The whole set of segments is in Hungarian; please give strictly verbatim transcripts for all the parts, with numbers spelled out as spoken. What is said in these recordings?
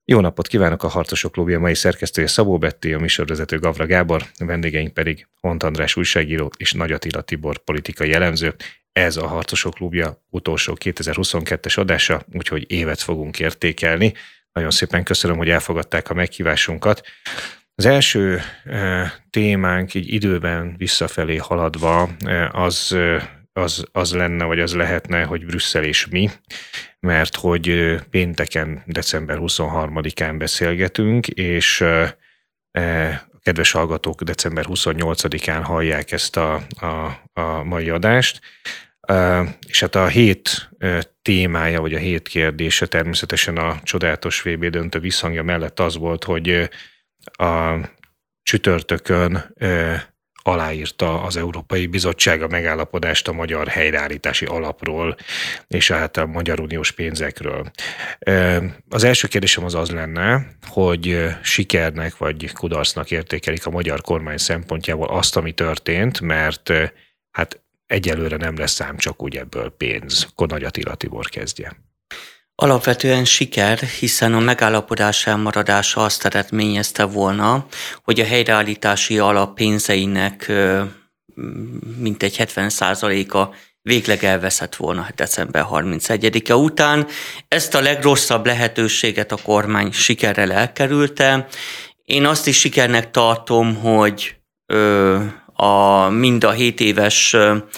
Jó napot kívánok, a Harcosok Klubja mai szerkesztője Szabó Betti, a műsorvezető Gavra Gábor, a vendégeink pedig Hont András újságíró és Nagy Attila Tibor politikai elemző. Ez a Harcosok Klubja utolsó kétezer-huszonkettes adása, úgyhogy évet fogunk értékelni. Nagyon szépen köszönöm, hogy elfogadták a meghívásunkat. Az első e, témánk így időben visszafelé haladva e, az, az, az lenne, vagy az lehetne, hogy Brüsszel és mi, mert hogy pénteken, december huszonharmadikán beszélgetünk, és e, a kedves hallgatók december huszonnyolcadikán hallják ezt a, a, a mai adást. Uh, és hát a hét uh, témája, vagy a hét kérdése természetesen a csodálatos vé bé döntő visszhangja mellett az volt, hogy uh, a csütörtökön uh, aláírta az Európai Bizottság a megállapodást a magyar helyreállítási alapról, és hát a magyar uniós pénzekről. Uh, az első kérdésem az az lenne, hogy uh, sikernek vagy kudarcnak értékelik a magyar kormány szempontjából azt, ami történt, mert uh, hát egyelőre nem lesz ám csak úgy ebből pénz. Akkor Nagy Attila Tibor kezdje. Alapvetően siker, hiszen a megállapodás elmaradása azt eredményezte volna, hogy a helyreállítási alap pénzeinek mintegy hetven százaléka végleg elveszett volna december harmincegyedike után. Ezt a legrosszabb lehetőséget a kormány sikerrel elkerülte. Én azt is sikernek tartom, hogy ö, a, mind a hét éves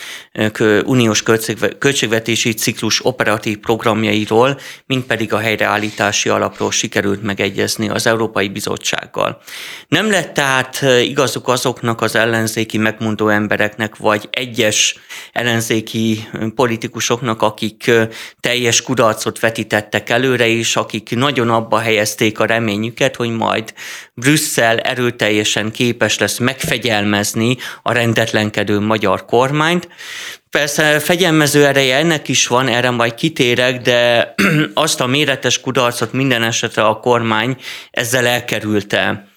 uniós költségvetési ciklus operatív programjairól, mind pedig a helyreállítási alapról sikerült megegyezni az Európai Bizottsággal. Nem lett tehát igazuk azoknak az ellenzéki megmondó embereknek, vagy egyes ellenzéki politikusoknak, akik teljes kudarcot vetítettek előre, és akik nagyon abba helyezték a reményüket, hogy majd Brüsszel erőteljesen képes lesz megfegyelmezni a rendetlenkedő magyar kormányt. Persze fegyelmező ereje ennek is van, erre majd kitérek, de azt a méretes kudarcot minden esetre a kormány ezzel elkerülte,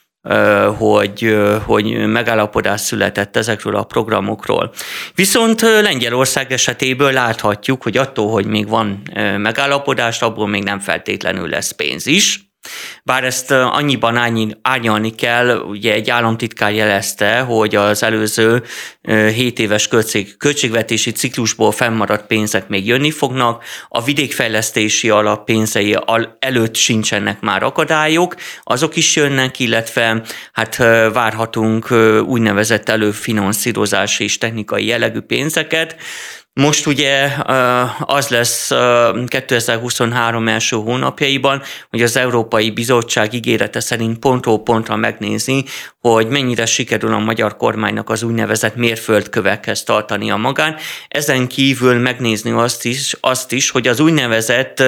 hogy, hogy megállapodás született ezekről a programokról. Viszont Lengyelország esetéből láthatjuk, hogy attól, hogy még van megállapodás, abból még nem feltétlenül lesz pénz is. Bár ezt annyiban árnyalni kell, ugye egy államtitkár jelezte, hogy az előző hét éves költség, költségvetési ciklusból fennmaradt pénzek még jönni fognak, a vidékfejlesztési alap pénzei előtt sincsenek már akadályok, azok is jönnek, illetve hát várhatunk úgynevezett előfinanszírozási és technikai jellegű pénzeket. Most ugye az lesz kétezer-huszonhárom első hónapjaiban, hogy az Európai Bizottság ígérete szerint pontról pontra megnézi, hogy mennyire sikerül a magyar kormánynak az úgynevezett mérföldkövekhez tartani a magán. Ezen kívül megnézni azt is, azt is hogy az úgynevezett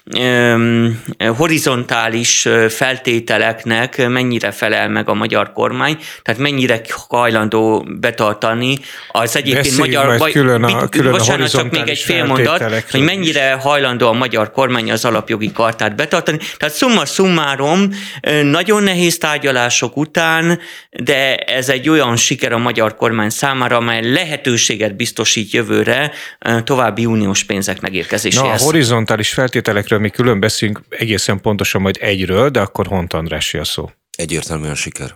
um, horizontális feltételeknek mennyire felel meg a magyar kormány, tehát mennyire hajlandó betartani az egyébként Beszéljünk magyar... Vagy, külön a, külön bocsánat, csak még egy fél mondat, hogy mennyire hajlandó a magyar kormány az alapjogi kartát betartani. Tehát summa summarum, nagyon nehéz tárgyalások után, de ez egy olyan siker a magyar kormány számára, amely lehetőséget biztosít jövőre további uniós pénzek megérkezéséhez. Na, a horizontális feltételekről mi külön beszélünk egészen pontosan majd egyről, de akkor Hont Andrássé a szó. Egyértelműen siker.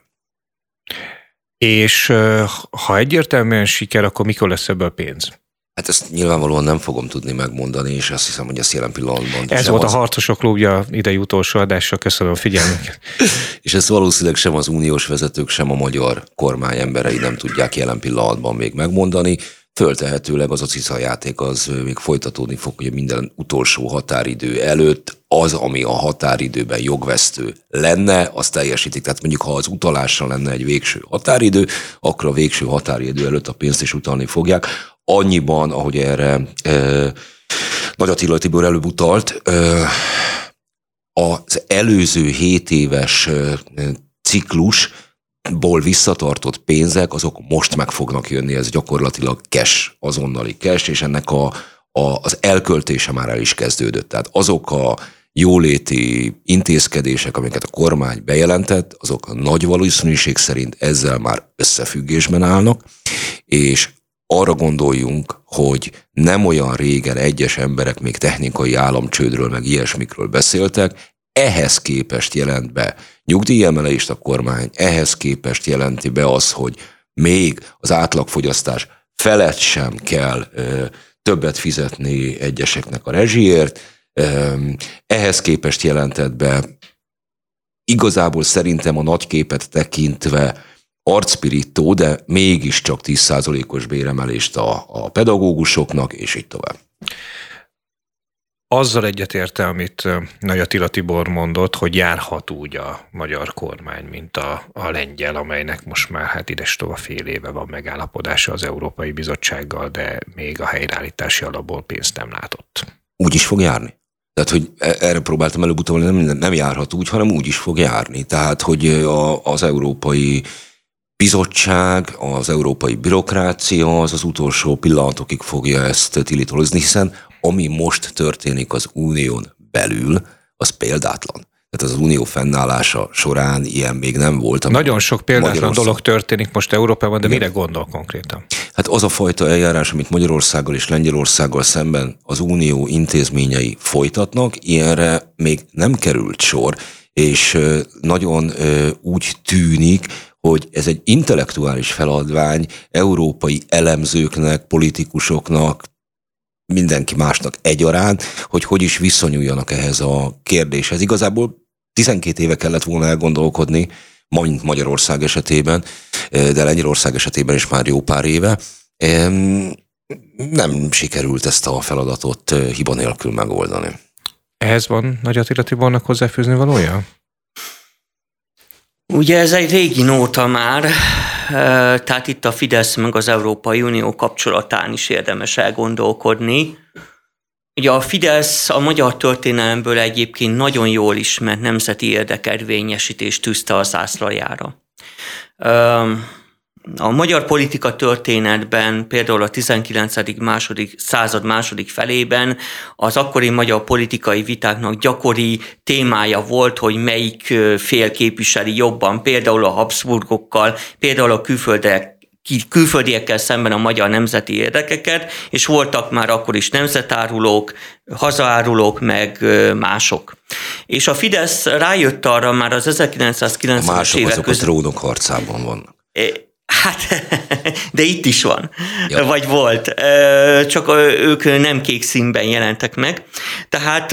És ha egyértelműen siker, akkor mikor lesz ebből pénz? Hát ezt nyilvánvalóan nem fogom tudni megmondani, és azt hiszem, hogy ezt jelen pillanatban... Ez volt az... a Harcosok Klubja idei utolsó adása, köszönöm a figyelmüket. És ezt valószínűleg sem az uniós vezetők, sem a magyar kormány emberei nem tudják jelen pillanatban még megmondani. Föltehetőleg az a cicajáték az még folytatódni fog, hogy minden utolsó határidő előtt az, ami a határidőben jogvesztő lenne, azt teljesítik. Tehát mondjuk, ha az utalásra lenne egy végső határidő, akkor a végső határidő előtt a pénzt is utalni fogják. Annyiban, ahogy erre e, Nagy Attila Tibor előbb utalt, e, az előző hét éves e, ciklusból visszatartott pénzek, azok most meg fognak jönni, ez gyakorlatilag cash, azonnali cash, és ennek a, a, az elköltése már el is kezdődött. Tehát azok a jóléti intézkedések, amiket a kormány bejelentett, azok nagy valószínűség szerint ezzel már összefüggésben állnak, és arra gondoljunk, hogy nem olyan régen egyes emberek még technikai államcsődről, meg ilyesmikről beszéltek, ehhez képest jelent be nyugdíjemelést a kormány, ehhez képest jelenti be az, hogy még az átlagfogyasztás felett sem kell ö, többet fizetni egyeseknek a rezsiért, ö, ehhez képest jelentett be igazából szerintem a nagy képet tekintve arcpirító, de mégiscsak tíz százalékos béremelést a, a pedagógusoknak, és így tovább. Azzal egyetérte, amit Nagy Attila Tibor mondott, hogy járhat úgy a magyar kormány, mint a, a lengyel, amelynek most már hát idestova fél éve van megállapodása az Európai Bizottsággal, de még a helyreállítási alapból pénzt nem látott. Úgy is fog járni. Tehát, hogy erre próbáltam előbb utalni, nem, nem járhat úgy, hanem úgy is fog járni. Tehát, hogy a, az Európai Bizottság, az európai bürokrácia az az utolsó pillanatokig fogja ezt tilitolizni, hiszen ami most történik az unión belül, az példátlan. Tehát az unió fennállása során ilyen még nem volt. Nagyon sok példátlan Magyarország... dolog történik most Európában, de mire gondol konkrétan? Hát az a fajta eljárás, amit Magyarországgal és Lengyelországgal szemben az unió intézményei folytatnak, ilyenre még nem került sor, és nagyon úgy tűnik, hogy ez egy intellektuális feladvány európai elemzőknek, politikusoknak, mindenki másnak egyaránt, hogy hogy is viszonyuljanak ehhez a kérdéshez. Igazából tizenkét éve kellett volna elgondolkodni, mint Magyarország esetében, de Lengyelország esetében is már jó pár éve. Nem sikerült ezt a feladatot hiba nélkül megoldani. Ehhez van Nagy Attila Tibornak hozzáfűzni valója? Ugye ez egy régi nóta már, tehát itt a Fidesz meg az Európai Unió kapcsolatán is érdemes elgondolkodni. Ugye a Fidesz a magyar történelemből egyébként nagyon jól ismert nemzeti érdekérvényesítést tűzte a zászlajára. A magyar politika történetben, például a tizenkilencedik második század második felében az akkori magyar politikai vitáknak gyakori témája volt, hogy melyik fél képviseli jobban, például a Habsburgokkal, például a külföldiek külföldiekkel szemben a magyar nemzeti érdekeket, és voltak már akkor is nemzetárulók, hazaárulók, meg mások. És a Fidesz rájött arra már az ezerkilencszázkilencvenes évek között. Mások azok a trónok harcában vannak. Hát, de itt is van, ja. Vagy volt, csak ők nem kék színben jelentek meg. Tehát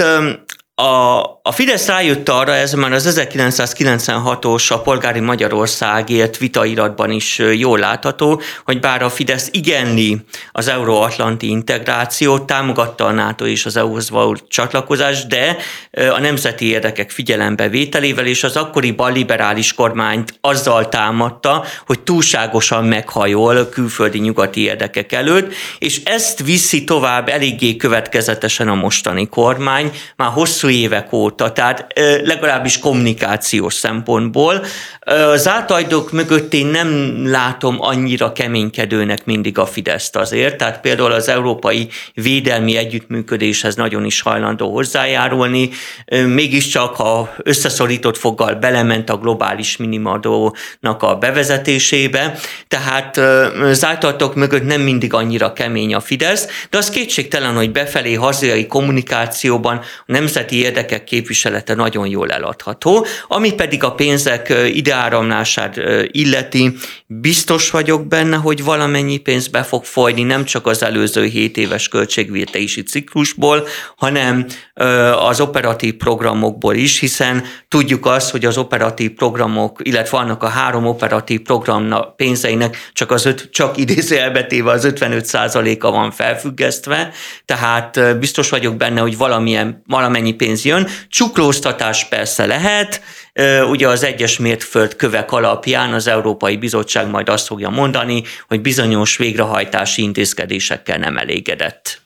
a, a Fidesz rájött arra, ez már az ezerkilencszázkilencvenhatos a Polgári Magyarországért vitairatban is jól látható, hogy bár a Fidesz igenli az euróatlanti integrációt, támogatta a NATO és az é u-hoz való csatlakozást, de a nemzeti érdekek figyelembevételével és az akkori balliberális kormányt azzal támadta, hogy túlságosan meghajol a külföldi nyugati érdekek előtt, és ezt viszi tovább eléggé következetesen a mostani kormány, már hosszú évek óta, tehát legalábbis kommunikációs szempontból. Zárt ajtók mögött én nem látom annyira keménykedőnek mindig a Fideszt azért, tehát például az európai védelmi együttműködéshez nagyon is hajlandó hozzájárulni, mégiscsak ha összeszorított foggal belement a globális minimumadónak a bevezetésébe, tehát zárt ajtók mögött nem mindig annyira kemény a Fidesz, de az kétségtelen, hogy befelé hazai kommunikációban a nemzeti érdekek képviselete nagyon jól eladható, ami pedig a pénzek ideáramlását illeti, biztos vagyok benne, hogy valamennyi pénz be fog folyni nem csak az előző hét éves költségvetési ciklusból, hanem az operatív programokból is, hiszen tudjuk azt, hogy az operatív programok, illetve annak a három operatív program pénzeinek csak, az öt, csak idézőjelbe téve az ötvenöt százaléka van felfüggesztve, tehát biztos vagyok benne, hogy valamilyen, valamennyi pénz jön. Csuklóztatás persze lehet, ugye az egyes mértföldkövek alapján az Európai Bizottság majd azt fogja mondani, hogy bizonyos végrehajtási intézkedésekkel nem elégedett.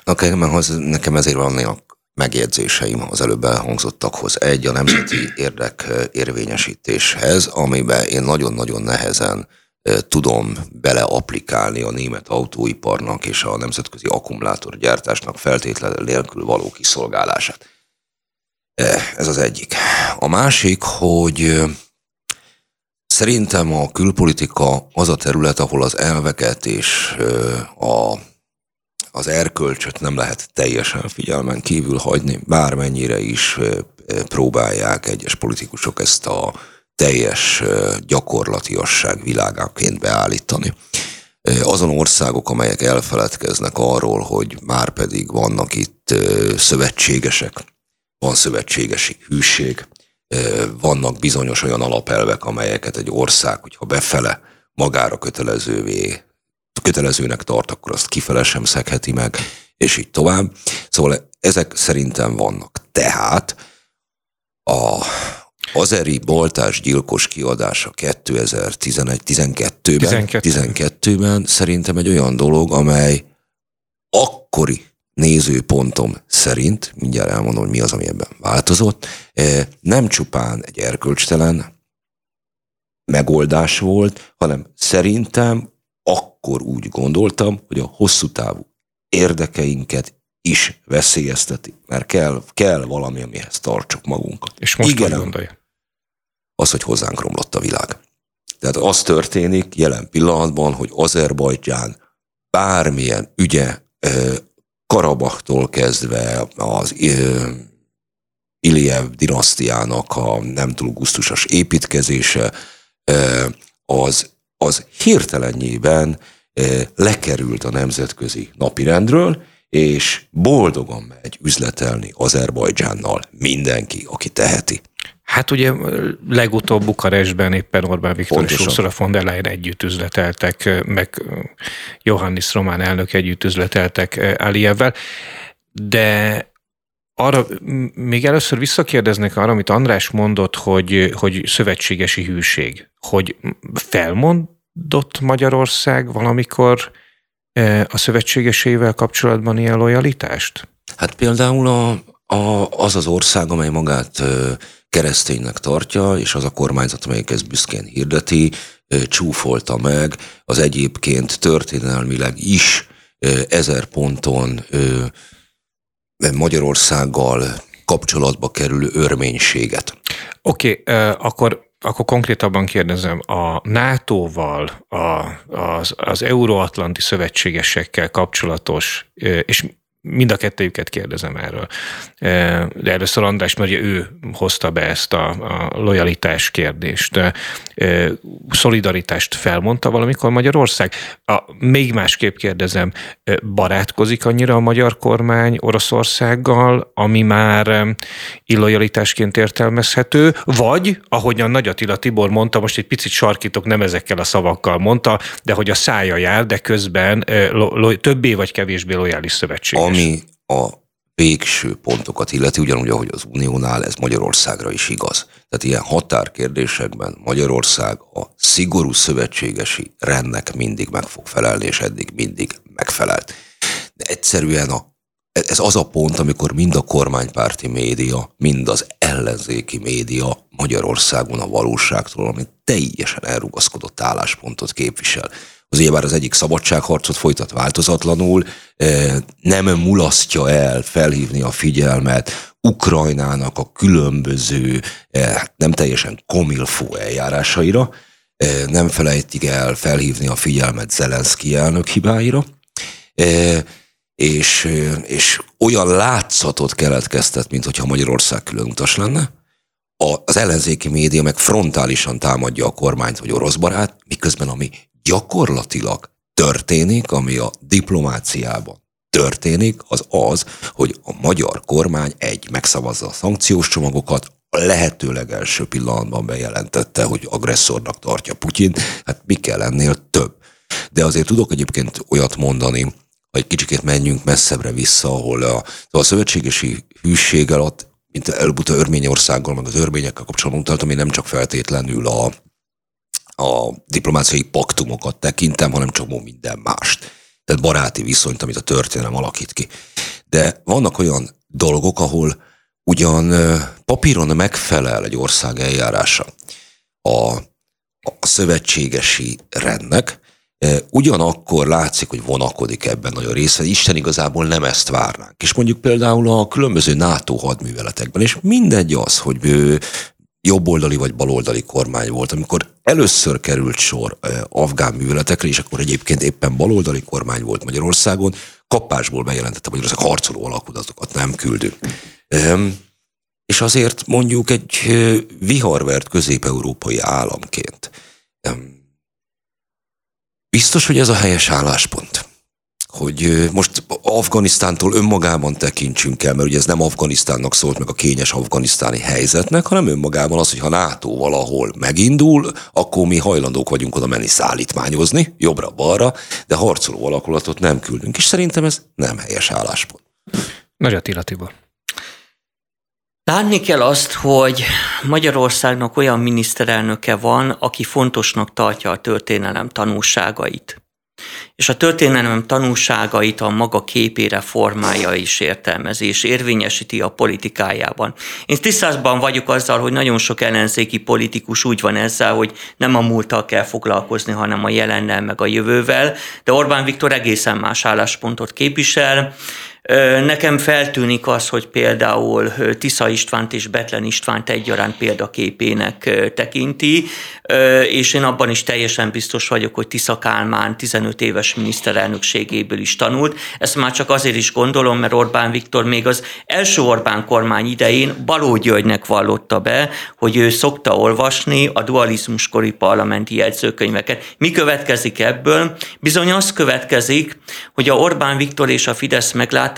Nekem ezért vannak megjegyzéseim az előbb elhangzottakhoz. Egy, a nemzeti érdek érvényesítéshez, amiben én nagyon-nagyon nehezen tudom beleapplikálni a német autóiparnak és a nemzetközi akkumulátorgyártásnak feltétlen nélkül való kiszolgálását. Ez az egyik. A másik, hogy szerintem a külpolitika az a terület, ahol az elveket és a, az erkölcsöt nem lehet teljesen figyelmen kívül hagyni, bármennyire is próbálják egyes politikusok ezt a teljes gyakorlatiasság világáként beállítani. Azon országok, amelyek elfeledkeznek arról, hogy már pedig vannak itt szövetségesek, van szövetségesi hűség, vannak bizonyos olyan alapelvek, amelyeket egy ország, hogyha befele magára kötelezővé, kötelezőnek tart, akkor azt kifele sem szegheti meg, és így tovább. Szóval ezek szerintem vannak. Tehát a azeri boltás gyilkos kiadása kétezer-tizenegy-tizenkettőben tizenkettőben szerintem egy olyan dolog, amely akkori nézőpontom szerint, mindjárt elmondom, hogy mi az, ami ebben változott, nem csupán egy erkölcstelen megoldás volt, hanem szerintem akkor úgy gondoltam, hogy a hosszú távú érdekeinket is veszélyezteti, mert kell, kell valami, amihez tartsuk magunkat. És most igen, hogy gondolja? Az, hogy hozzánk romlott a világ. Tehát az történik jelen pillanatban, hogy Azerbajdzsán bármilyen ügye, Karabahtól kezdve az Ilijev dinasztiának a nem túl gusztusos építkezése, az, az hirtelenjében lekerült a nemzetközi napirendről, és boldogan megy üzletelni Azerbajdzsánnal mindenki, aki teheti. Hát ugye legutóbb Bukarestben éppen Orbán Viktor és Ursula von der Leyen együtt üzleteltek, meg Johannis román elnök együtt üzleteltek Alijevvel, de arra még először visszakérdeznek arra, amit András mondott, hogy, hogy szövetségesi hűség, hogy felmondott Magyarország valamikor a szövetségeseivel kapcsolatban ilyen lojalitást? Hát például a, a, az az ország, amely magát kereszténynek tartja, és az a kormányzat, amelyik ezt büszkén hirdeti, csúfolta meg az egyébként történelmileg is ezer ponton Magyarországgal kapcsolatba kerülő örménységet. Oké, okay, akkor Akkor konkrétabban kérdezem, a nátóval, a, az, az euróatlanti szövetségesekkel kapcsolatos, és mind a kettőjüket kérdezem erről, de először András, mert ő hozta be ezt a, a lojalitás kérdést. Szolidaritást felmondta valamikor Magyarország? A, még másképp kérdezem, barátkozik annyira a magyar kormány Oroszországgal, ami már illojalitásként értelmezhető, vagy, ahogyan Nagy Attila Tibor mondta, most egy picit sarkítok, nem ezekkel a szavakkal mondta, de hogy a szája jár, de közben lo, lo, többé vagy kevésbé lojális szövetséges. Ami a végső pontokat illeti, ugyanúgy, ahogy az Uniónál, ez Magyarországra is igaz. Tehát ilyen határkérdésekben Magyarország a szigorú szövetségesi rendnek mindig meg fog felelni, és eddig mindig megfelelt. De egyszerűen a, ez az a pont, amikor mind a kormánypárti média, mind az ellenzéki média Magyarországon a valóságtól, ami teljesen elrugaszkodott álláspontot képvisel. Az ugyebár az egyik szabadságharcot folytat változatlanul, nem mulasztja el felhívni a figyelmet Ukrajnának a különböző, nem teljesen komilfó eljárásaira, nem felejtik el felhívni a figyelmet Zelenszky elnök hibáira, és, és olyan látszatot keletkeztet, mintha Magyarország különutas lenne. Az ellenzéki média meg frontálisan támadja a kormányt, hogy orosz barát, miközben ami gyakorlatilag történik, ami a diplomáciában történik, az az, hogy a magyar kormány egy megszavazza a szankciós csomagokat, a lehető legelső pillanatban bejelentette, hogy agresszornak tartja Putyin, hát mi kell ennél több. De azért tudok egyébként olyat mondani, hogy egy kicsikét menjünk messzebbre vissza, ahol a, a szövetségesi hűséggel ott, mint előbb Örményországgal, meg az örményekkel kapcsolatban utaltam, én nem csak feltétlenül a a diplomáciai paktumokat tekintem, hanem csomó minden mást. Tehát baráti viszonyt, amit a történelem alakít ki. De vannak olyan dolgok, ahol ugyan papíron megfelel egy ország eljárása a, a szövetségesi rendnek, ugyanakkor látszik, hogy vonakodik ebben nagyon része. Isten igazából nem ezt várnánk. És mondjuk például a különböző NATO hadműveletekben, és mindegy az, hogy jobboldali vagy baloldali kormány volt. Amikor először került sor eh, afgán műveletekre, és akkor egyébként éppen baloldali kormány volt Magyarországon, kapásból bejelentette Magyarország harcoló alakulatokat nem küldünk. Um, és azért mondjuk egy viharvert közép-európai államként. Biztos, hogy ez a helyes álláspont. Hogy most Afganisztántól önmagában tekintsünk el, mert ugye ez nem Afganisztánnak szólt meg a kényes afganisztáni helyzetnek, hanem önmagában az, hogy ha NATO valahol megindul, akkor mi hajlandók vagyunk oda menni szállítmányozni, jobbra-balra, de harcoló alakulatot nem küldünk, és szerintem ez nem helyes álláspont. Nagy Attila Tibor. Látni kell azt, hogy Magyarországnak olyan miniszterelnöke van, aki fontosnak tartja a történelem tanulságait. És a történelem tanulságait a maga képére formálja és értelmezi, és érvényesíti a politikájában. Én tisztában vagyok azzal, hogy nagyon sok ellenzéki politikus úgy van ezzel, hogy nem a múlttal kell foglalkozni, hanem a jelennel meg a jövővel, de Orbán Viktor egészen más álláspontot képvisel. Nekem feltűnik az, hogy például Tisza Istvánt és Bethlen Istvánt egyaránt példaképének tekinti, és én abban is teljesen biztos vagyok, hogy Tisza Kálmán tizenöt éves miniszterelnökségéből is tanult. Ezt már csak azért is gondolom, mert Orbán Viktor még az első Orbán kormány idején Balogh Györgynek vallotta be, hogy ő szokta olvasni a dualizmuskori parlamenti jegyzőkönyveket. Mi következik ebből? Bizony az következik, hogy a Orbán Viktor és a Fidesz meglátásában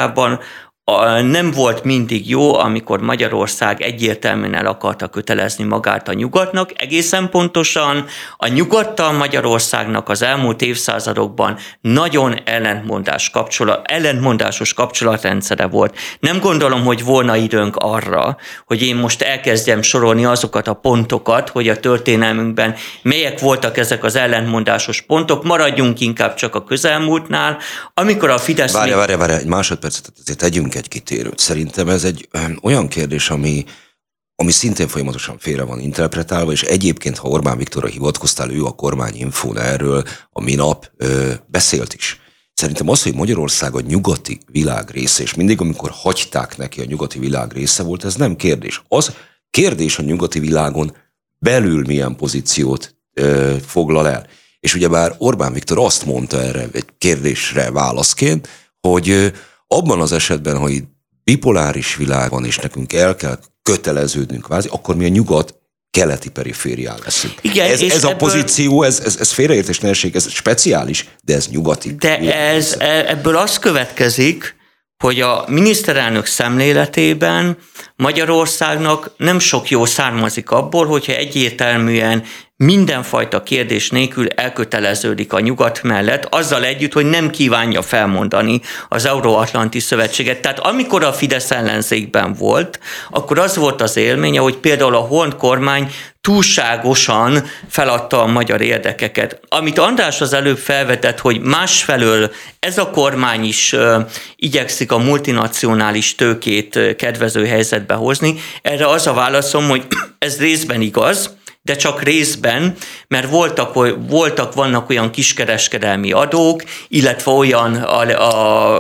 nem volt mindig jó, amikor Magyarország egyértelműen el akarta kötelezni magát a nyugatnak. Egészen pontosan a nyugattal Magyarországnak az elmúlt évszázadokban nagyon ellentmondás kapcsolat, ellentmondásos kapcsolatrendszere volt. Nem gondolom, hogy volna időnk arra, hogy én most elkezdjem sorolni azokat a pontokat, hogy a történelmünkben melyek voltak ezek az ellentmondásos pontok. Maradjunk inkább csak a közelmúltnál, amikor a Fidesz... Várja, várja, várja, egy másodpercet, azért tegyünk egy kitérőt. Szerintem ez egy olyan kérdés, ami, ami szintén folyamatosan félre van interpretálva, és egyébként, ha Orbán Viktorra hivatkoztál, ő a kormányinfón erről a minap ö, beszélt is. Szerintem az, hogy Magyarország a nyugati világ része, és mindig, amikor hagyták neki a nyugati világ része volt, ez nem kérdés. Az kérdés a nyugati világon belül milyen pozíciót ö, foglal el. És ugyebár Orbán Viktor azt mondta erre egy kérdésre válaszként, hogy ö, abban az esetben, ha itt bipoláris világ van, és nekünk el kell köteleződnünk kvázi, akkor mi a nyugat keleti periférián leszünk. Igen, ez ez ebből... a pozíció, ez, ez, ez félreértés ne essék, ez speciális, de ez nyugati. De ez, ebből az következik, hogy a miniszterelnök szemléletében Magyarországnak nem sok jó származik abból, hogyha egyértelműen mindenfajta kérdés nélkül elköteleződik a nyugat mellett, azzal együtt, hogy nem kívánja felmondani az Euró-Atlanti Szövetséget. Tehát amikor a Fidesz ellenzékben volt, akkor az volt az élménye, hogy például a Horn kormány túlságosan feladta a magyar érdekeket. Amit András az előbb felvetett, hogy másfelől ez a kormány is uh, igyekszik a multinacionális tőkét kedvező helyzetbe hozni, erre az a válaszom, hogy ez részben igaz, de csak részben, mert voltak, voltak, vannak olyan kiskereskedelmi adók, illetve olyan a, a,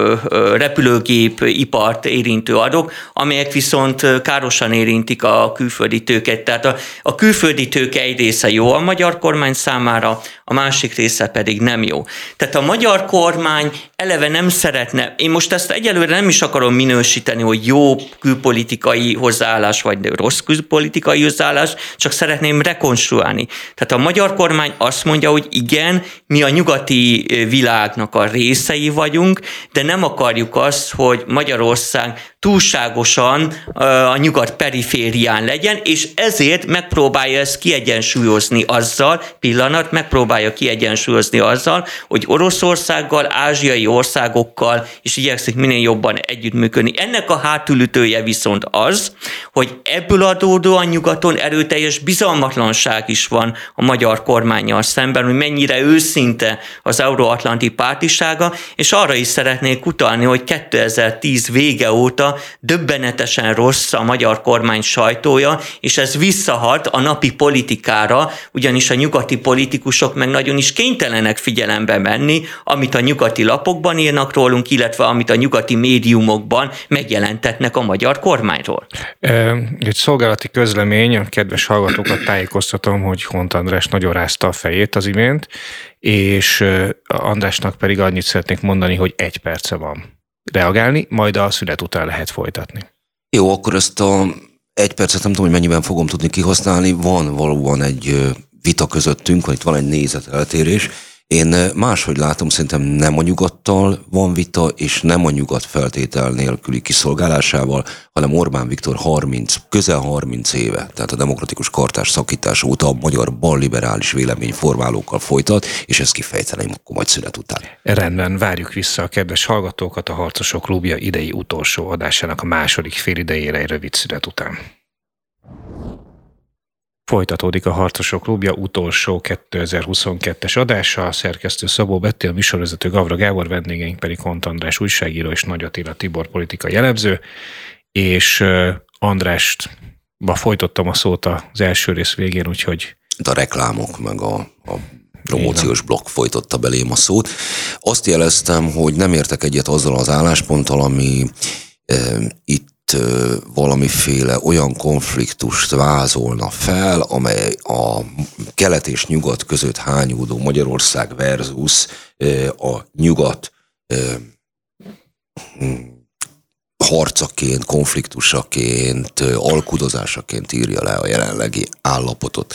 a repülőgép ipart érintő adók, amelyek viszont károsan érintik a külföldi tőket. Tehát a, a külföldi tőke egy része jó a magyar kormány számára, a másik része pedig nem jó. Tehát a magyar kormány eleve nem szeretne, én most ezt egyelőre nem is akarom minősíteni, hogy jó külpolitikai hozzáállás, vagy rossz külpolitikai hozzáállás, csak szeretném rekonstruálni. Tehát a magyar kormány azt mondja, hogy igen, mi a nyugati világnak a részei vagyunk, de nem akarjuk azt, hogy Magyarország túlságosan a nyugat periférián legyen, és ezért megpróbálja ezt kiegyensúlyozni azzal, pillanat, megpróbálja kiegyensúlyozni azzal, hogy Oroszországgal, ázsiai országokkal is igyekszik minél jobban együttműködni. Ennek a hátulütője viszont az, hogy ebből adódóan nyugaton erőteljes bizalmatlanság is van a magyar kormánnyal szemben, hogy mennyire őszinte az euróatlanti pártisága, és arra is szeretnék utalni, hogy kétezer-tíz vége óta döbbenetesen rossz a magyar kormány sajtója, és ez visszahat a napi politikára, ugyanis a nyugati politikusok meg nagyon is kénytelenek figyelembe venni, amit a nyugati lapokban írnak rólunk, illetve amit a nyugati médiumokban megjelentetnek a magyar kormányról. Egy szolgálati közlemény, a kedves hallgatókat tájékoztatom, hogy Hont András nagyon rázta a fejét az imént, és Andrásnak pedig annyit szeretnék mondani, hogy egy perce van reagálni, majd a szünet után lehet folytatni. Jó, akkor ezt a egy percet nem tudom, hogy mennyiben fogom tudni kihasználni. Van valóban egy vita közöttünk, itt van egy nézeteltérés. Én máshogy látom, szerintem nem a nyugattal van vita, és nem a nyugat feltétel nélküli kiszolgálásával, hanem Orbán Viktor harminc, közel harminc éve, tehát a demokratikus kartás szakítás óta a magyar balliberális véleményformálókkal folytat, és ezt kifejteném akkor majd szünet után. Rendben, várjuk vissza a kedves hallgatókat a Harcosok Klubja idei utolsó adásának a második félidejére egy rövid szünet után. Folytatódik a Harcosok Klubja utolsó kétezer-huszonkettes adása, a szerkesztő Szabó Betti, a műsorvezető Gavra Gábor, vendégeink pedig Hont András újságíró és Nagy Attila Tibor politikai elemző, és Andrást folytottam a szót az első rész végén, úgyhogy... A reklámok meg a, a promóciós blokk folytotta belém a szót. Azt jeleztem, hogy nem értek egyet azzal az állásponttal, ami e, itt valamiféle olyan konfliktust vázolna fel, amely a kelet és nyugat között hányódó Magyarország versus a nyugat harcaként, konfliktusaként, alkudozásaként írja le a jelenlegi állapotot.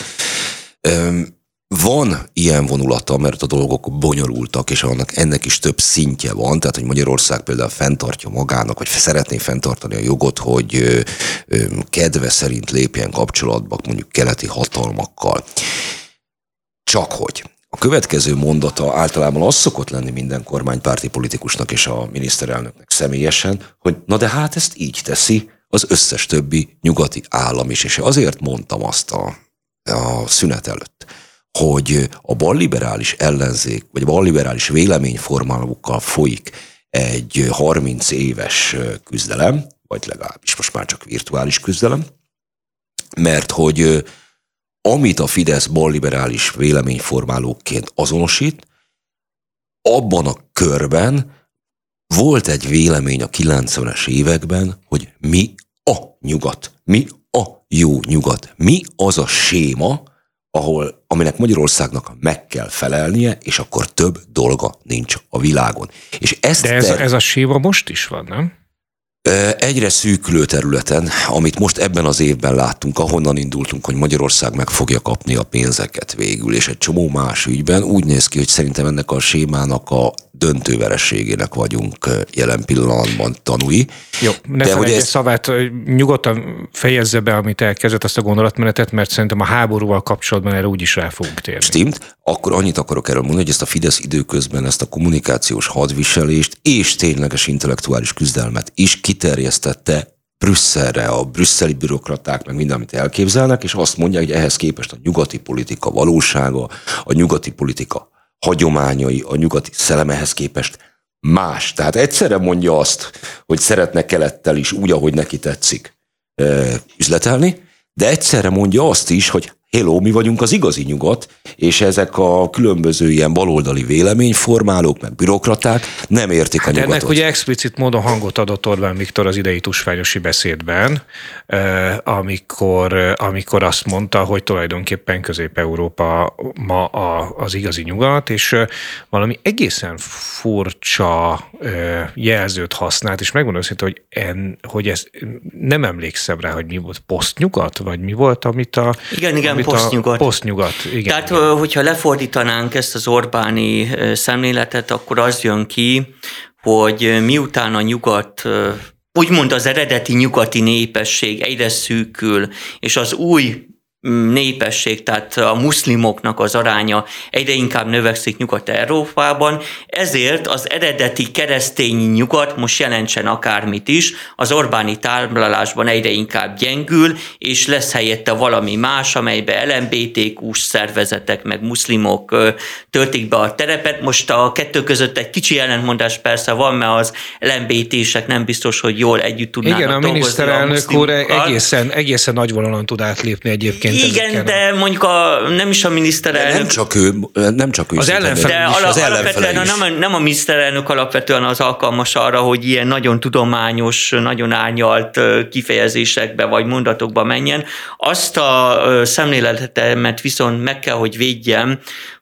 Van ilyen vonulata, mert a dolgok bonyolultak, és annak ennek is több szintje van, tehát hogy Magyarország például fenntartja magának, vagy szeretné fenntartani a jogot, hogy kedve szerint lépjen kapcsolatba mondjuk keleti hatalmakkal. Csak hogy a következő mondata általában az szokott lenni minden kormánypárti politikusnak és a miniszterelnöknek személyesen, hogy na de hát ezt így teszi az összes többi nyugati állam is, és azért mondtam azt a, a szünet előtt, hogy a balliberális ellenzék, vagy a balliberális véleményformálókkal folyik egy harminc éves küzdelem, vagy legalábbis most már csak virtuális küzdelem, mert hogy amit a Fidesz balliberális véleményformálóként azonosít, abban a körben volt egy vélemény a kilencvenes években, hogy mi a nyugat, mi a jó nyugat, mi az a séma, ahol, aminek Magyarországnak meg kell felelnie, és akkor több dolga nincs a világon. És ezt De ez, ter... ez a séma most is van, nem? Egyre szűkülő területen, amit most ebben az évben láttunk, ahonnan indultunk, hogy Magyarország meg fogja kapni a pénzeket végül, és egy csomó más ügyben úgy néz ki, hogy szerintem ennek a sémának a döntőverességének vagyunk jelen pillanatban tanúi. Jó, ne De hogy egy ezt... szavát, nyugodtan fejezze be, amit elkezdett, azt a gondolatmenetet, mert szerintem a háborúval kapcsolatban erre úgyis rá fogunk térni. Stimmt. Akkor annyit akarok erről mondani, hogy ezt a Fidesz időközben, ezt a kommunikációs hadviselést és tényleges intellektuális küzdelmet is kiterjesztette Brüsszelre, a brüsszeli bürokraták, meg minden, amit elképzelnek, és azt mondják, hogy ehhez képest a nyugati politika valósága, a nyugati politika hagyományai, a nyugati szellemehez képest más. Tehát egyszerre mondja azt, hogy szeretne kelettel is úgy, ahogy neki tetszik üzletelni, de egyszerre mondja azt is, hogy hello, mi vagyunk az igazi nyugat, és ezek a különböző ilyen baloldali véleményformálók, meg bürokraták nem értik hát a nyugatot. Ennek ugye explicit módon hangot adott Orbán Viktor az idei tusványosi beszédben, amikor, amikor azt mondta, hogy tulajdonképpen Közép-Európa ma az igazi nyugat, és valami egészen furcsa jelzőt használt, és megmondom szinte, hogy, en, hogy ez nem emlékszem rá, hogy mi volt, posztnyugat, vagy mi volt, amit a... Igen, igen, posztnyugat. Posztnyugat, igen. Tehát, igen. hogyha lefordítanánk ezt az Orbáni szemléletet, akkor az jön ki, hogy miután a nyugat, úgymond az eredeti nyugati népesség egyre szűkül, és az új népesség, tehát a muszlimoknak az aránya egyre inkább növekszik Nyugat-Európában, ezért az eredeti keresztény nyugat, most jelentsen akármit is, az Orbáni táblálásban egyre inkább gyengül, és lesz helyette valami más, amelybe el em bé té kú-s szervezetek, meg muszlimok töltik be a terepet. Most a kettő között egy kicsi ellentmondás persze van, mert az el em bé té-sek nem biztos, hogy jól együtt tudnának igen, a dolgozni. miniszterelnök úr egészen, egészen nagy vonalon tud átlépni egyébként. Igen, de mondjuk a, nem is a miniszterelnök. Nem csak ő, nem csak ő. Az ellenfele de is. ala, Az alapvetően nem, a, nem a miniszterelnök alapvetően az alkalmas arra, hogy ilyen nagyon tudományos, nagyon árnyalt kifejezésekbe vagy mondatokba menjen. Azt a szemléletemet viszont meg kell, hogy védjem,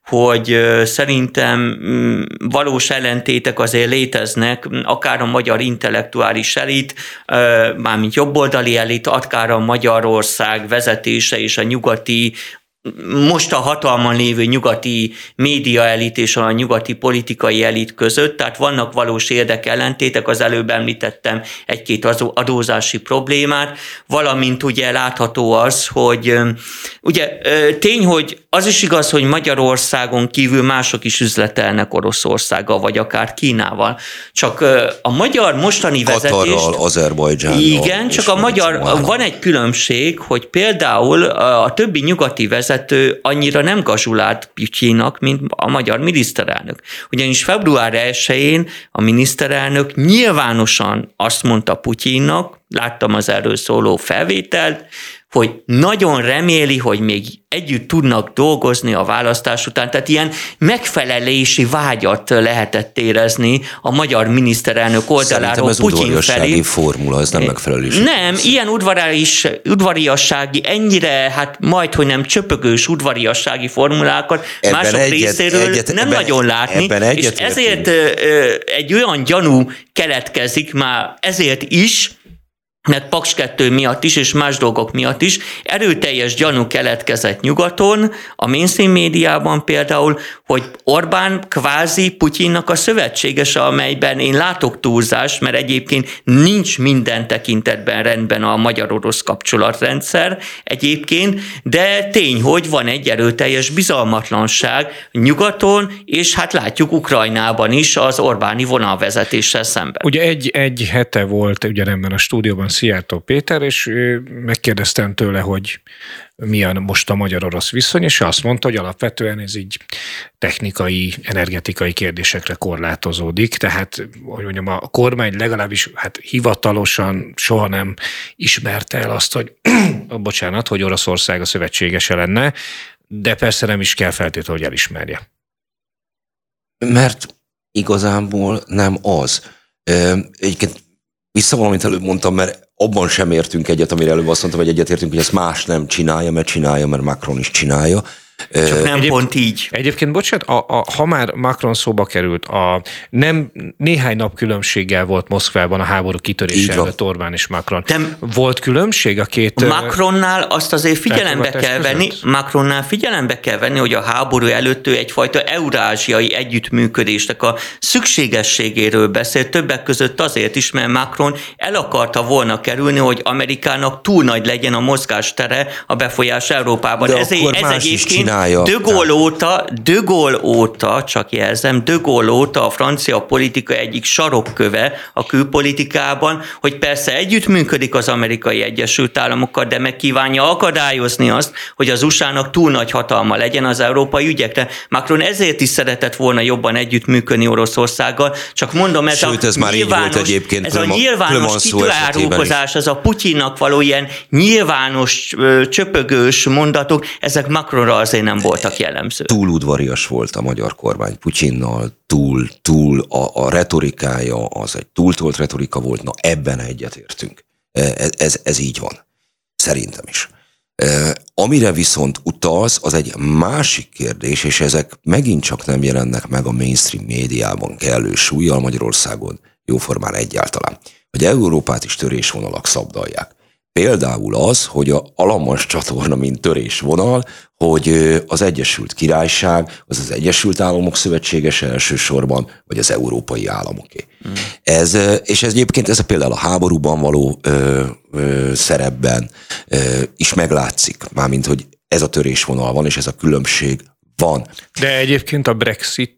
hogy szerintem valós ellentétek azért léteznek, akár a magyar intellektuális elit, mármint jobboldali elit, akár a Magyarország vezetése és a nyugati, most a hatalmon lévő nyugati média elit és a nyugati politikai elit között, tehát vannak valós érdekellentétek, az előbb említettem egy-két adózási problémát, valamint ugye látható az, hogy ugye tény, hogy az is igaz, hogy Magyarországon kívül mások is üzletelnek Oroszországgal, vagy akár Kínával. Csak a magyar mostani vezetést... Katarral, Azerbajdzsánnal. Igen, csak a magyar... Van egy különbség, hogy például a többi nyugati vezető annyira nem gazsulált Putyinnak, mint a magyar miniszterelnök. Ugyanis február elsején a miniszterelnök nyilvánosan azt mondta Putyinnak, láttam az erről szóló felvételt, hogy nagyon reméli, hogy még együtt tudnak dolgozni a választás után. Tehát ilyen megfelelési vágyat lehetett érezni a magyar miniszterelnök oldaláról Putyin felé. Formula, ez nem megfelelési. Nem, ilyen udvaris, udvariassági, ennyire, hát majdhogy nem csöpögős udvariassági formulákat ebben mások egyet, részéről egyet, nem ebben, nagyon látni, és ezért egy olyan gyanú keletkezik már ezért is, mert Paks kettő miatt is, és más dolgok miatt is, erőteljes gyanú keletkezett nyugaton, a mainstream médiában például, hogy Orbán kvázi Putyinnak a szövetségese, amelyben én látok túlzást, mert egyébként nincs minden tekintetben rendben a magyar-orosz kapcsolatrendszer egyébként, de tény, hogy van egy erőteljes bizalmatlanság nyugaton, és hát látjuk Ukrajnában is az Orbáni vonalvezetéssel szemben. Ugye egy, egy hete volt ugyanemben a stúdióban Szijjártó Péter, és megkérdeztem tőle, hogy milyen most a magyar-orosz viszony, és azt mondta, hogy alapvetően ez így technikai, energetikai kérdésekre korlátozódik, tehát, hogy mondjam, a kormány legalábbis hát hivatalosan soha nem ismerte el azt, hogy bocsánat, hogy Oroszország a szövetségese lenne, de persze nem is kell feltétlenül, hogy elismerje. Mert igazából nem az. Egyébként vissza valamit előbb mondtam, mert abban sem értünk egyet, amire előbb azt mondtam, hogy egyetértünk, hogy ezt más nem csinálja, mert csinálja, mert Macron is csinálja. Csak nem Egyéb, pont így. Egyébként, bocsánat, a, a, ha már Macron szóba került, a, nem néhány nap különbséggel volt Moszkvában a háború kitörése előtt Orbán és Macron. De volt különbség a két... Macronnál azt azért figyelembe kell venni, Macronnál figyelembe kell venni, hogy a háború előtt ő egyfajta eurázsiai együttműködésnek a szükségességéről beszélt, többek között azért is, mert Macron el akarta volna kerülni, hogy Amerikának túl nagy legyen a mozgástere, a befolyás Európában. De Ezért, ez egyébként De Gaulle óta, De Gaulle óta, csak jelzem, De Gaulle óta a francia politika egyik sarokköve a külpolitikában, hogy persze együttműködik az Amerikai Egyesült Államokkal, de meg kívánja akadályozni azt, hogy az u es á-nak túl nagy hatalma legyen az európai ügyekre. Macron ezért is szeretett volna jobban együttműködni Oroszországgal, csak mondom, ez Sőt, ez a már nyilvános, egyébként ez a nyilvános titulárulkozás, ez a Putyinnak való ilyen nyilvános csöpögős mondatok, ezek Macronra azért nem voltak jellemző. Túl udvarias volt a magyar kormány Putyinnal, túl, túl a, a retorikája, az egy túltolt retorika volt, na ebben egyetértünk. Ez, ez, ez így van. Szerintem is. Amire viszont utalsz, az egy másik kérdés, és ezek megint csak nem jelennek meg a mainstream médiában kellő súllyal Magyarországon, jóformán egyáltalán, hogy Európát is törésvonalak szabdalják. Például az, hogy a Alamos csatorna, mint törésvonal, hogy az Egyesült Királyság, az az Egyesült Államok szövetségese elsősorban, vagy az európai államoké. Mm. Ez, és ez egyébként ez a például a háborúban való ö, ö, szerepben ö, is meglátszik, mármint, hogy ez a törésvonal van, és ez a különbség van. De egyébként a Brexit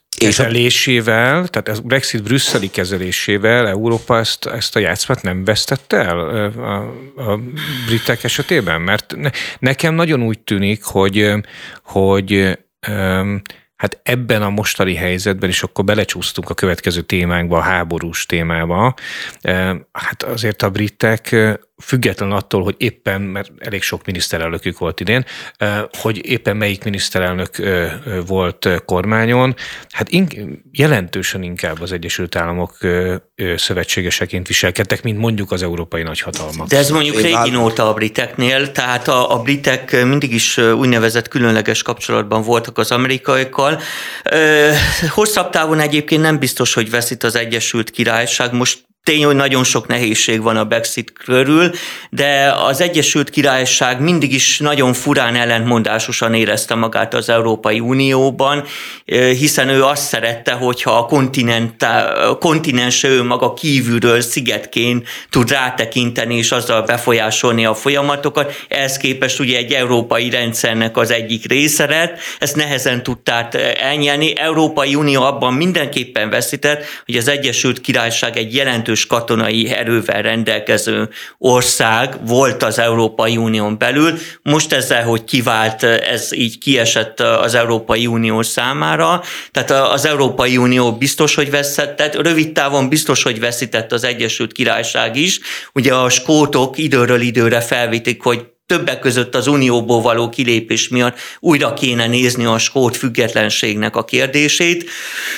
kezelésével, tehát a Brexit brüsszeli kezelésével Európa ezt, ezt a játszmát nem vesztette el a, a britek esetében? Mert ne, nekem nagyon úgy tűnik, hogy, hogy Hát ebben a mostani helyzetben, és akkor belecsúsztunk a következő témánkba, a háborús témába, hát azért a britek független attól, hogy éppen, mert elég sok miniszterelnökük volt idén, hogy éppen melyik miniszterelnök volt kormányon, hát jelentősen inkább az Egyesült Államok szövetségeseként viselkedtek, mint mondjuk az európai nagyhatalmak. De ez mondjuk régi nóta a briteknél, tehát a, a britek mindig is úgynevezett különleges kapcsolatban voltak az amerikaiakkal. Hosszabb távon egyébként nem biztos, hogy veszít az Egyesült Királyság. Most tény, hogy nagyon sok nehézség van a Brexit körül, de az Egyesült Királyság mindig is nagyon furán ellentmondásosan érezte magát az Európai Unióban, hiszen ő azt szerette, hogyha a kontinens ő maga kívülről szigetként tud rátekinteni és azzal befolyásolni a folyamatokat. Ehhez képest ugye egy európai rendszernek az egyik része lett, ezt nehezen tudták elnyelni. Európai Unió abban mindenképpen veszített, hogy az Egyesült Királyság egy jelentős katonai erővel rendelkező ország volt az Európai Unión belül. Most ezzel, hogy kivált, ez így kiesett az Európai Unió számára. Tehát az Európai Unió biztos, hogy veszített, rövid távon biztos, hogy veszített az Egyesült Királyság is. Ugye a skótok időről időre felvitik, hogy többek között az unióból való kilépés miatt újra kéne nézni a skót függetlenségnek a kérdését.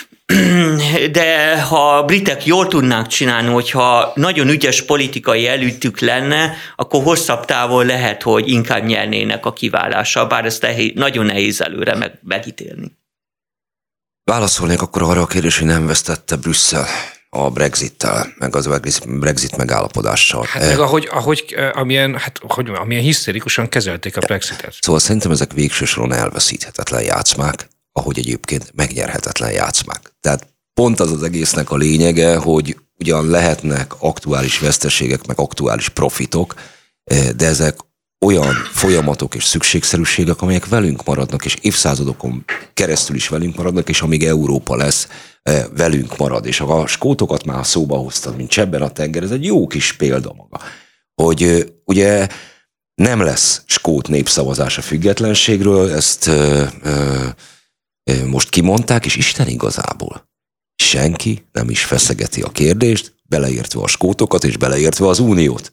De ha a britek jól tudnák csinálni, hogyha nagyon ügyes politikai elütük lenne, akkor hosszabb távon lehet, hogy inkább nyernének a kiválással, bár ezt nehéz, nagyon nehéz előre meg, megítélni. Válaszolnék akkor arra a kérdés, hogy nem vesztette Brüsszel a Brexittel, meg az Brexit megállapodással. Hát meg ahogy, ahogy amilyen, hát, hogy, amilyen hisztérikusan kezelték a Brexitet. Szóval szerintem ezek végső soron elveszíthetetlen játszmák, ahogy egyébként megnyerhetetlen játszmák. Tehát pont az az egésznek a lényege, hogy ugyan lehetnek aktuális veszteségek, meg aktuális profitok, de ezek olyan folyamatok és szükségszerűségek, amelyek velünk maradnak, és évszázadokon keresztül is velünk maradnak, és amíg Európa lesz, velünk marad. És a skótokat már szóba hoztad, mint csebben a tenger, ez egy jó kis példa maga, hogy ugye nem lesz skót népszavazás a függetlenségről, ezt ö, ö, most kimondták, és Isten igazából senki nem is feszegeti a kérdést, beleértve a skótokat, és beleértve az uniót.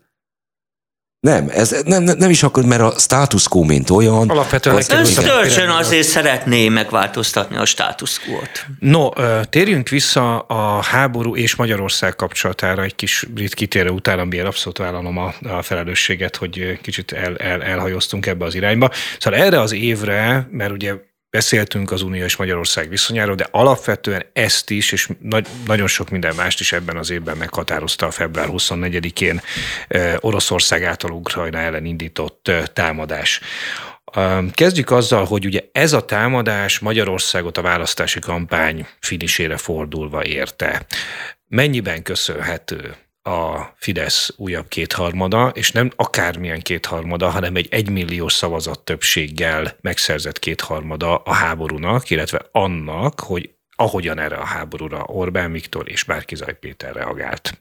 Nem, ez nem, nem is akkor, mert a status quo, mint olyan... Alapvetően... Sturgeon azért szeretné megváltoztatni a status quo-t. No, térjünk vissza a háború és Magyarország kapcsolatára egy kis brit kitérő után, amiért abszolút vállalom a, a felelősséget, hogy kicsit el, el, elhajoztunk ebbe az irányba. Szóval erre az évre, mert ugye beszéltünk az Unió és Magyarország viszonyáról, de alapvetően ezt is, és nagy, nagyon sok minden mást is ebben az évben meghatározta a február huszonnegyedikén Oroszország által Ukrajna ellen indított támadás. Kezdjük azzal, hogy ugye ez a támadás Magyarországot a választási kampány finisére fordulva érte. Mennyiben köszönhető a Fidesz újabb kétharmada, és nem akármilyen kétharmada, hanem egy egymilliós szavazat többséggel megszerzett kétharmada a háborúnak, illetve annak, hogy ahogyan erre a háborúra Orbán Viktor és Márki-Zay Péter reagált.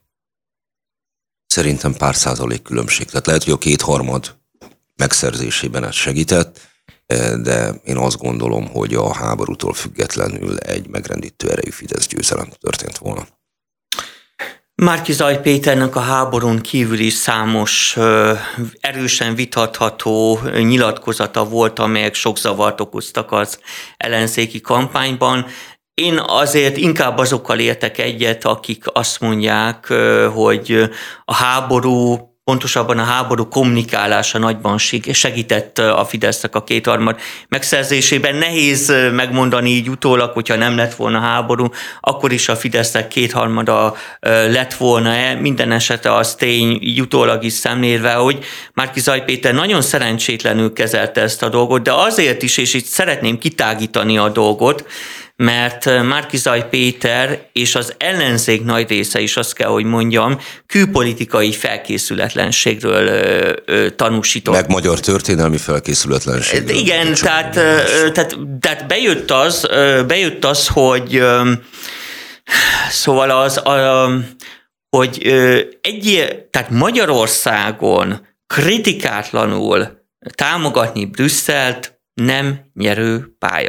Szerintem pár százalék különbség. Tehát lehet, hogy a kétharmad megszerzésében ez segített, de én azt gondolom, hogy a háborútól függetlenül egy megrendítő erejű Fidesz győzelem történt volna. Márki-Zay Péternek a háborún kívül is számos erősen vitatható nyilatkozata volt, amelyek sok zavart okoztak az ellenzéki kampányban. Én azért inkább azokkal értek egyet, akik azt mondják, hogy a háború, pontosabban a háború kommunikálása nagyban segített a Fidesznek a kétharmad megszerzésében. Nehéz megmondani így utólag, hogyha nem lett volna háború, akkor is a Fidesznek kétharmada lett volna-e. Minden esetre az tény így utólag is szemlélve, hogy Márki-Zay Péter nagyon szerencsétlenül kezelte ezt a dolgot, de azért is, és itt szeretném kitágítani a dolgot, mert Márki-Zay Péter és az ellenzék nagy része is, azt kell, hogy mondjam, külpolitikai felkészületlenségről ö, ö, tanúsított. Meg magyar történelmi felkészületlenségről. Igen, tehát, tehát, tehát bejött, az, bejött az, hogy szóval az, a, hogy egy, tehát Magyarországon kritikátlanul támogatni Brüsszelt nem nyerő pálya.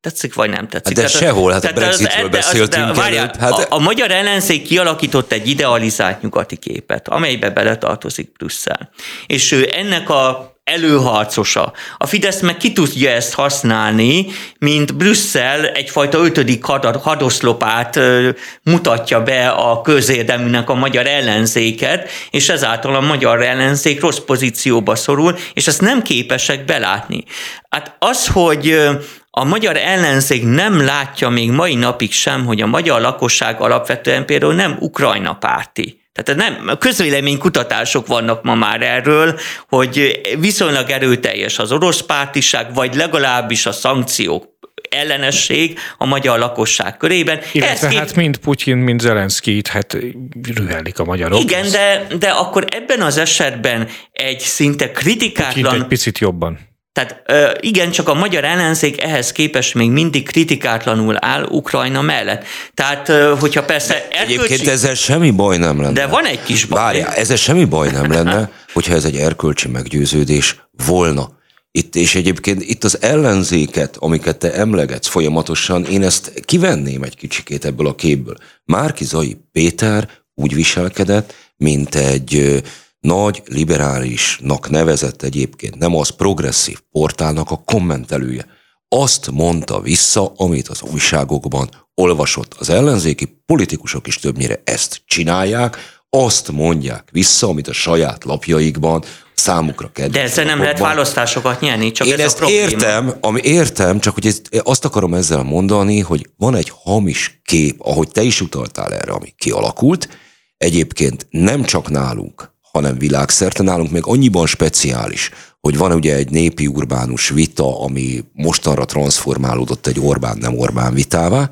Tetszik, vagy nem tetszik? Hát de tehát sehol, hát a tehát Brexitről az, beszéltünk az, de, előtt. Hát... A, a magyar ellenzék kialakított egy idealizált nyugati képet, amelybe beletartozik Brüsszel. És ő ennek a előharcosa. A Fidesz meg ki tudja ezt használni, mint Brüsszel egyfajta ötödik hadoszlopát mutatja be a közérdeműnek a magyar ellenzéket, és ezáltal a magyar ellenzék rossz pozícióba szorul, és ezt nem képesek belátni. Hát az, hogy a magyar ellenzék nem látja még mai napig sem, hogy a magyar lakosság alapvetően például nem Ukrajna párti. Tehát nem, közvéleménykutatások vannak ma már erről, hogy viszonylag erőteljes az orosz pártiság, vagy legalábbis a szankciók ellenesség a magyar lakosság körében. Illetve kép... hát mind Putyin, mind Zelenszkijt, hát rühellik a magyarok. Igen, de, de akkor ebben az esetben egy szinte kritikátlan... Putyin egy picit jobban. Tehát igen, csak a magyar ellenzék ehhez képest még mindig kritikátlanul áll Ukrajna mellett. Tehát, hogyha persze... Erkölcsi... Egyébként ezzel semmi baj nem lenne. De van egy kis baj. Várjál, ezzel semmi baj nem lenne, hogyha ez egy erkölcsi meggyőződés volna. Itt, és egyébként itt az ellenzéket, amiket te emlegetsz folyamatosan, én ezt kivenném egy kicsikét ebből a képből. Márki-Zay Péter úgy viselkedett, mint egy... nagy liberálisnak nevezett egyébként, nem az progresszív portálnak a kommentelője. Azt mondta vissza, amit az újságokban olvasott. Az ellenzéki politikusok is többnyire ezt csinálják, azt mondják vissza, amit a saját lapjaikban számukra kedves. De ezzel nem lehet választásokat nyerni, csak Én ez ezt a probléma. értem, ami értem, csak hogy ezt, azt akarom ezzel mondani, hogy van egy hamis kép, ahogy te is utaltál erre, ami kialakult, egyébként nem csak nálunk, hanem világszerte nálunk még annyiban speciális, hogy van ugye egy népi urbánus vita, ami mostanra transformálódott egy Orbán-nem Orbán vitává,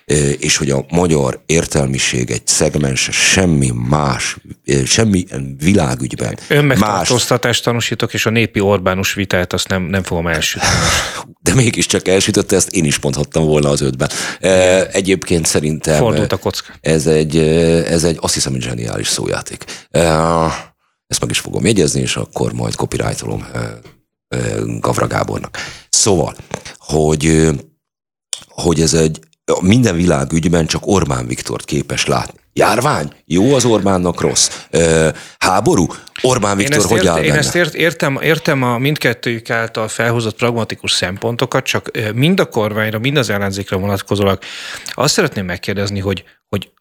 és hogy a magyar értelmiség egy szegmense semmi más, semmi világügyben. Önmegtartóztatást tanúsítok, és a népi Orbánus vitát azt nem, nem fogom elsütni. De mégiscsak elsütötte, ezt én is mondhattam volna az ötben. Egyébként szerintem... Fordult a kocka. Ez egy, ez egy azt hiszem, egy zseniális szójáték. Ezt meg is fogom jegyezni, és akkor majd copyrightolom Gavra Gábornak. Szóval, hogy, hogy ez egy minden világügyben csak Orbán Viktort képes látni. Járvány? Jó az Orbánnak, rossz. Háború? Orbán Viktor hogy áll benne? Én ezt ért, értem, értem a mindkettőjük által felhozott pragmatikus szempontokat, csak mind a kormányra, mind az ellenzékre vonatkozólag azt szeretném megkérdezni, hogy, hogy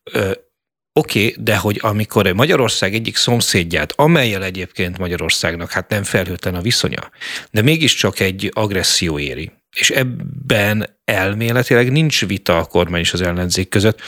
oké, okay, de hogy amikor Magyarország egyik szomszédját, amellyel egyébként Magyarországnak hát nem felhőtlen a viszonya, de mégiscsak egy agresszió éri, és ebben elméletileg nincs vita a kormány és az ellenzék között,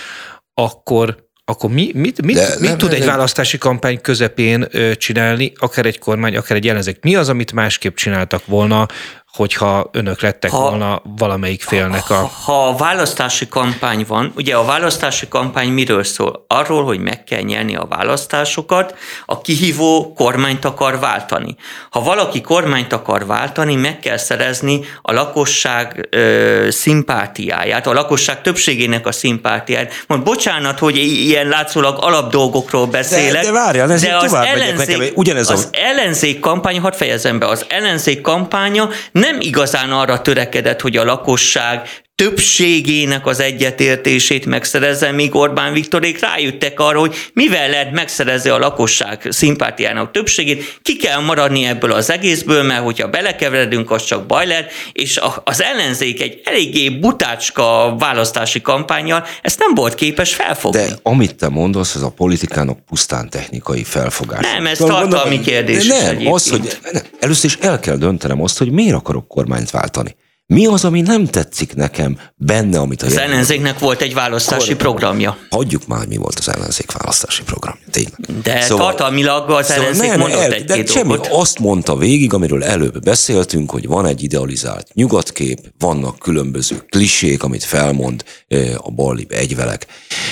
akkor, akkor mi, mit, mit, mit nem, tud nem, egy nem. választási kampány közepén csinálni, akár egy kormány, akár egy ellenzék? Mi az, amit másképp csináltak volna, hogyha önök lettek ha, volna valamelyik félnek a... Ha, ha a választási kampány van, ugye a választási kampány miről szól? Arról, hogy meg kell nyerni a választásokat, a kihívó kormányt akar váltani. Ha valaki kormányt akar váltani, meg kell szerezni a lakosság ö, szimpátiáját, a lakosság többségének a szimpátiáját. Mond, bocsánat, hogy ilyen látszólag alapdolgokról beszélek, de, de várjál, ez de az, ellenzék, nekem, ugyanez az a... ellenzék kampánya, hadd fejezem be, az ellenzék kampánya nem igazán arra törekedett, hogy a lakosság többségének az egyetértését megszerezze, míg Orbán Viktorék rájöttek arra, hogy mivel lehet megszerezni a lakosság szimpátiának többségét, ki kell maradni ebből az egészből, mert hogyha belekeveredünk, az csak baj lehet, és az ellenzék egy eléggé butácska választási kampánnyal ezt nem volt képes felfogni. De amit te mondasz, ez a politikának pusztán technikai felfogás. Nem, ez tartalmi kérdés. Nem, az, hogy nem, először is el kell döntenem azt, hogy miért akarok kormányt váltani. Mi az, ami nem tetszik nekem benne, amit a... Az ellenzéknek volt egy választási Kor... programja. Hagyjuk már, mi volt az ellenzék választási programja, tényleg. De szóval, tartalmilag az szóval ellenzék ne, mondott el, egy-két semmi, dolgot. Azt mondta végig, amiről előbb beszéltünk, hogy van egy idealizált nyugatkép, vannak különböző klisék, amit felmond a ballibe egyvelek.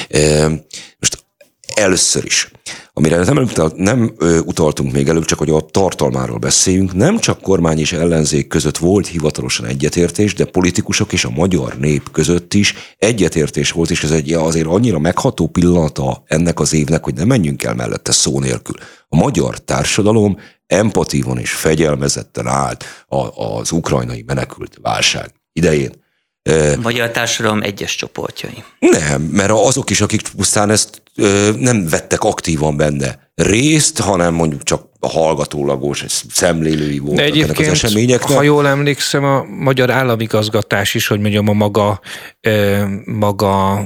Most először is, amire nem, nem utaltunk még előbb, csak hogy a tartalmáról beszéljünk, nem csak kormány és ellenzék között volt hivatalosan egyetértés, de politikusok és a magyar nép között is egyetértés volt, és ez egy azért annyira megható pillanata ennek az évnek, hogy ne menjünk el mellette szó nélkül. A magyar társadalom empatívan és fegyelmezetten állt az ukrajnai menekült válság idején. Magyar társadalom egyes csoportjai. Nem, mert azok is, akik pusztán ezt ö, nem vettek aktívan benne részt, hanem mondjuk csak hallgatólagos, szemlélői voltak ennek az eseményeknek. Ha jól emlékszem, a magyar államigazgatás is, hogy mondjam, a maga, ö, maga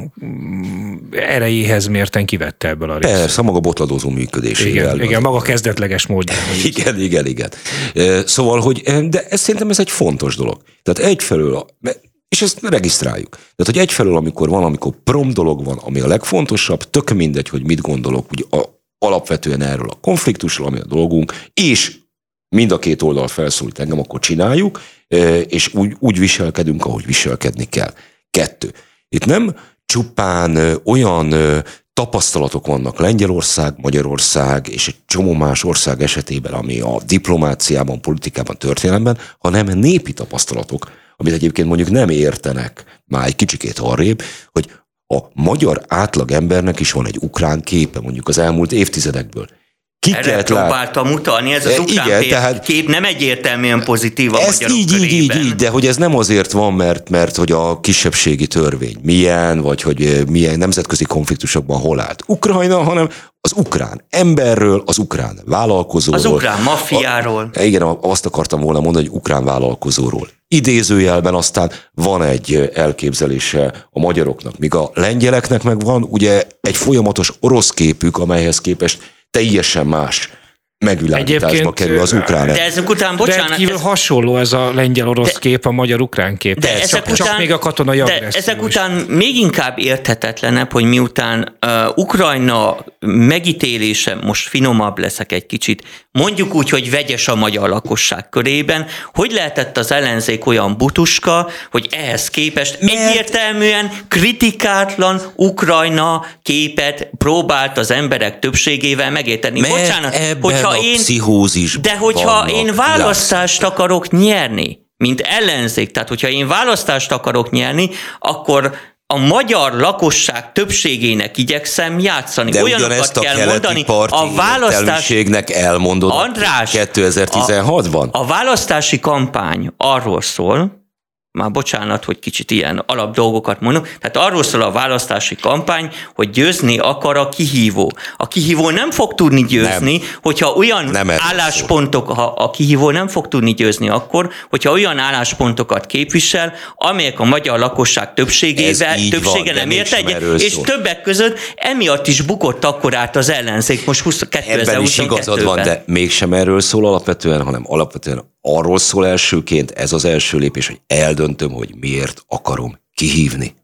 erejéhez mérten kivette ebből a részt. Persze, a maga botladozó működésével. Igen, igen, maga kezdetleges módja. Igen, igen, igen. Szóval, hogy, de ez, szerintem ez egy fontos dolog. Tehát egyfelől a és ezt regisztráljuk. Tehát, hogy egyfelől, amikor van, amikor prom dolog van, ami a legfontosabb, tök mindegy, hogy mit gondolok, úgy a, alapvetően erről a konfliktusról, ami a dolgunk, és mind a két oldal felszólít engem, akkor csináljuk, és úgy, úgy viselkedünk, ahogy viselkedni kell. Kettő. Itt nem csupán olyan tapasztalatok vannak Lengyelország, Magyarország és egy csomó más ország esetében, ami a diplomáciában, politikában, történelemben, hanem népi tapasztalatok, amit egyébként mondjuk nem értenek már egy kicsikét arrébb, hogy a magyar átlagembernek is van egy ukrán képe mondjuk az elmúlt évtizedekből. Ki Erre próbáltam lát... utalni, ez az ukrán igen, tehát kép nem egyértelműen pozitív a magyarok így, így, így, így, de hogy ez nem azért van, mert, mert hogy a kisebbségi törvény milyen, vagy hogy milyen nemzetközi konfliktusokban hol állt Ukrajna, hanem az ukrán emberről, az ukrán vállalkozóról. Az ukrán maffiáról. A, igen, azt akartam volna mondani, hogy ukrán vállalkozóról. Idézőjelben aztán van egy elképzelése a magyaroknak, míg a lengyeleknek meg van ugye egy folyamatos orosz képük, amelyhez képest teljesen más megvilágításba egyébként kerül az ukrán. De ezek után, bocsánat... Rendkívül ez... hasonló ez a lengyel-orosz de, kép, a magyar-ukrán kép. De ezek csak, után, csak még a katonai agresszió. De ezek után még inkább érthetetlenebb, hogy miután uh, Ukrajna megítélése, most finomabb leszek egy kicsit, mondjuk úgy, hogy vegyes a magyar lakosság körében, hogy lehetett az ellenzék olyan butuska, hogy ehhez képest Mert... egyértelműen kritikátlan Ukrajna képet próbált az emberek többségével megérteni. Mert Bocsánat, hogyha én, de hogyha én választást játszani. akarok nyerni, mint ellenzék, tehát hogyha én választást akarok nyerni, akkor a magyar lakosság többségének igyekszem játszani. De olyanokat a kell mondani. A választásnak elmondod András, kétezer-tizenhatban. A, a választási kampány arról szól, már bocsánat, hogy kicsit ilyen alap dolgokat mondom, tehát arról szól a választási kampány, hogy győzni akar a kihívó. A kihívó nem fog tudni győzni, nem. hogyha olyan nem álláspontok, ha a kihívó nem fog tudni győzni akkor, hogyha olyan álláspontokat képvisel, amelyek a magyar lakosság többségével, többsége van, nem ért egyet, és szól. Többek között emiatt is bukott akkor át az ellenzék most kétezer-huszonkettőben. Ebben is igazad van, de mégsem erről szól alapvetően, hanem alapvetően arról szól elsőként, ez az első lépés, hogy eldöntöm, hogy miért akarom kihívni.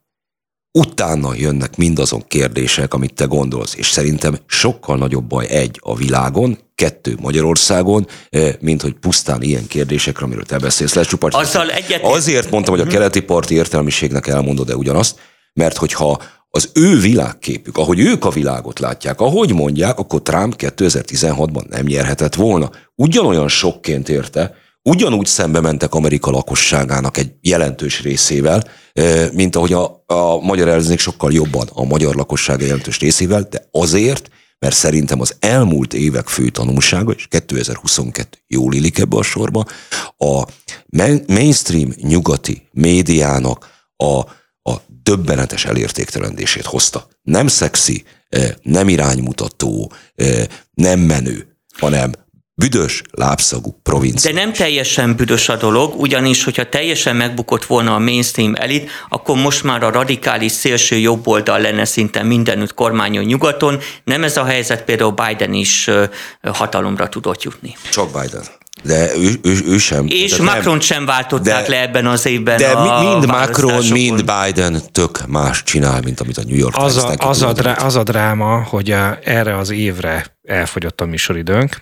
Utána jönnek mindazon kérdések, amit te gondolsz, és szerintem sokkal nagyobb baj egy a világon, kettő Magyarországon, mint hogy pusztán ilyen kérdésekre, amiről te beszélsz. Azzal egyet... Azért mondtam, hogy a keleti parti értelmiségnek elmondod-e ugyanazt, mert hogyha az ő világképük, ahogy ők a világot látják, ahogy mondják, akkor Trump kétezer-tizenhatban nem nyerhetett volna. Ugyanolyan sokként érte, ugyanúgy szembe mentek Amerika lakosságának egy jelentős részével, mint ahogy a, a magyar ellenzék sokkal jobban a magyar lakosság jelentős részével, de azért, mert szerintem az elmúlt évek fő tanulsága, és kétezer-huszonkettő jól illik ebbe a sorba, a mainstream nyugati médiának a, a döbbenetes elértéktelendését hozta. Nem szexi, nem iránymutató, nem menő, hanem büdös, lábszagú provincia. De nem teljesen büdös a dolog, ugyanis, hogyha teljesen megbukott volna a mainstream elit, akkor most már a radikális szélső jobboldal lenne szinte mindenütt kormányon nyugaton. Nem ez a helyzet, például Biden is hatalomra tudott jutni. Csak Biden. De ő, ő, ő sem. És Macron nem, sem váltották de, le ebben az évben. De a mind Macron, mind Biden tök más csinál, mint amit a New York Times. Az a, az a, drá, az a dráma, hogy a, erre az évre elfogyott a műsoridőnk.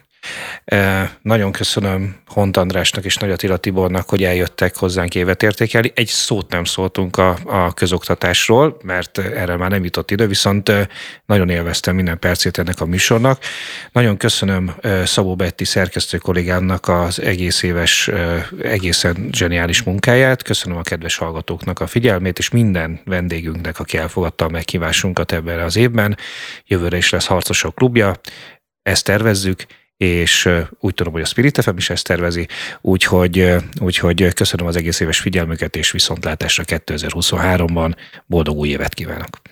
E, nagyon köszönöm Hont Andrásnak és Nagy Attila Tibornak, hogy eljöttek hozzánk évet értékelni. Egy szót nem szóltunk a, a közoktatásról, mert erre már nem jutott idő, viszont nagyon élveztem minden percét ennek a műsornak. Nagyon köszönöm Szabó Betti szerkesztő kollégámnak az egész éves, egészen zseniális munkáját. Köszönöm a kedves hallgatóknak a figyelmét, és minden vendégünknek, aki elfogadta a meghívásunkat ebben az évben. Jövőre is lesz Harcosok Klubja, ezt tervezzük, és úgy tudom, hogy a Spirit ef em is ezt tervezi, úgyhogy, úgyhogy köszönöm az egész éves figyelmüket, és viszontlátásra kétezer-huszonháromban. Boldog új évet kívánok!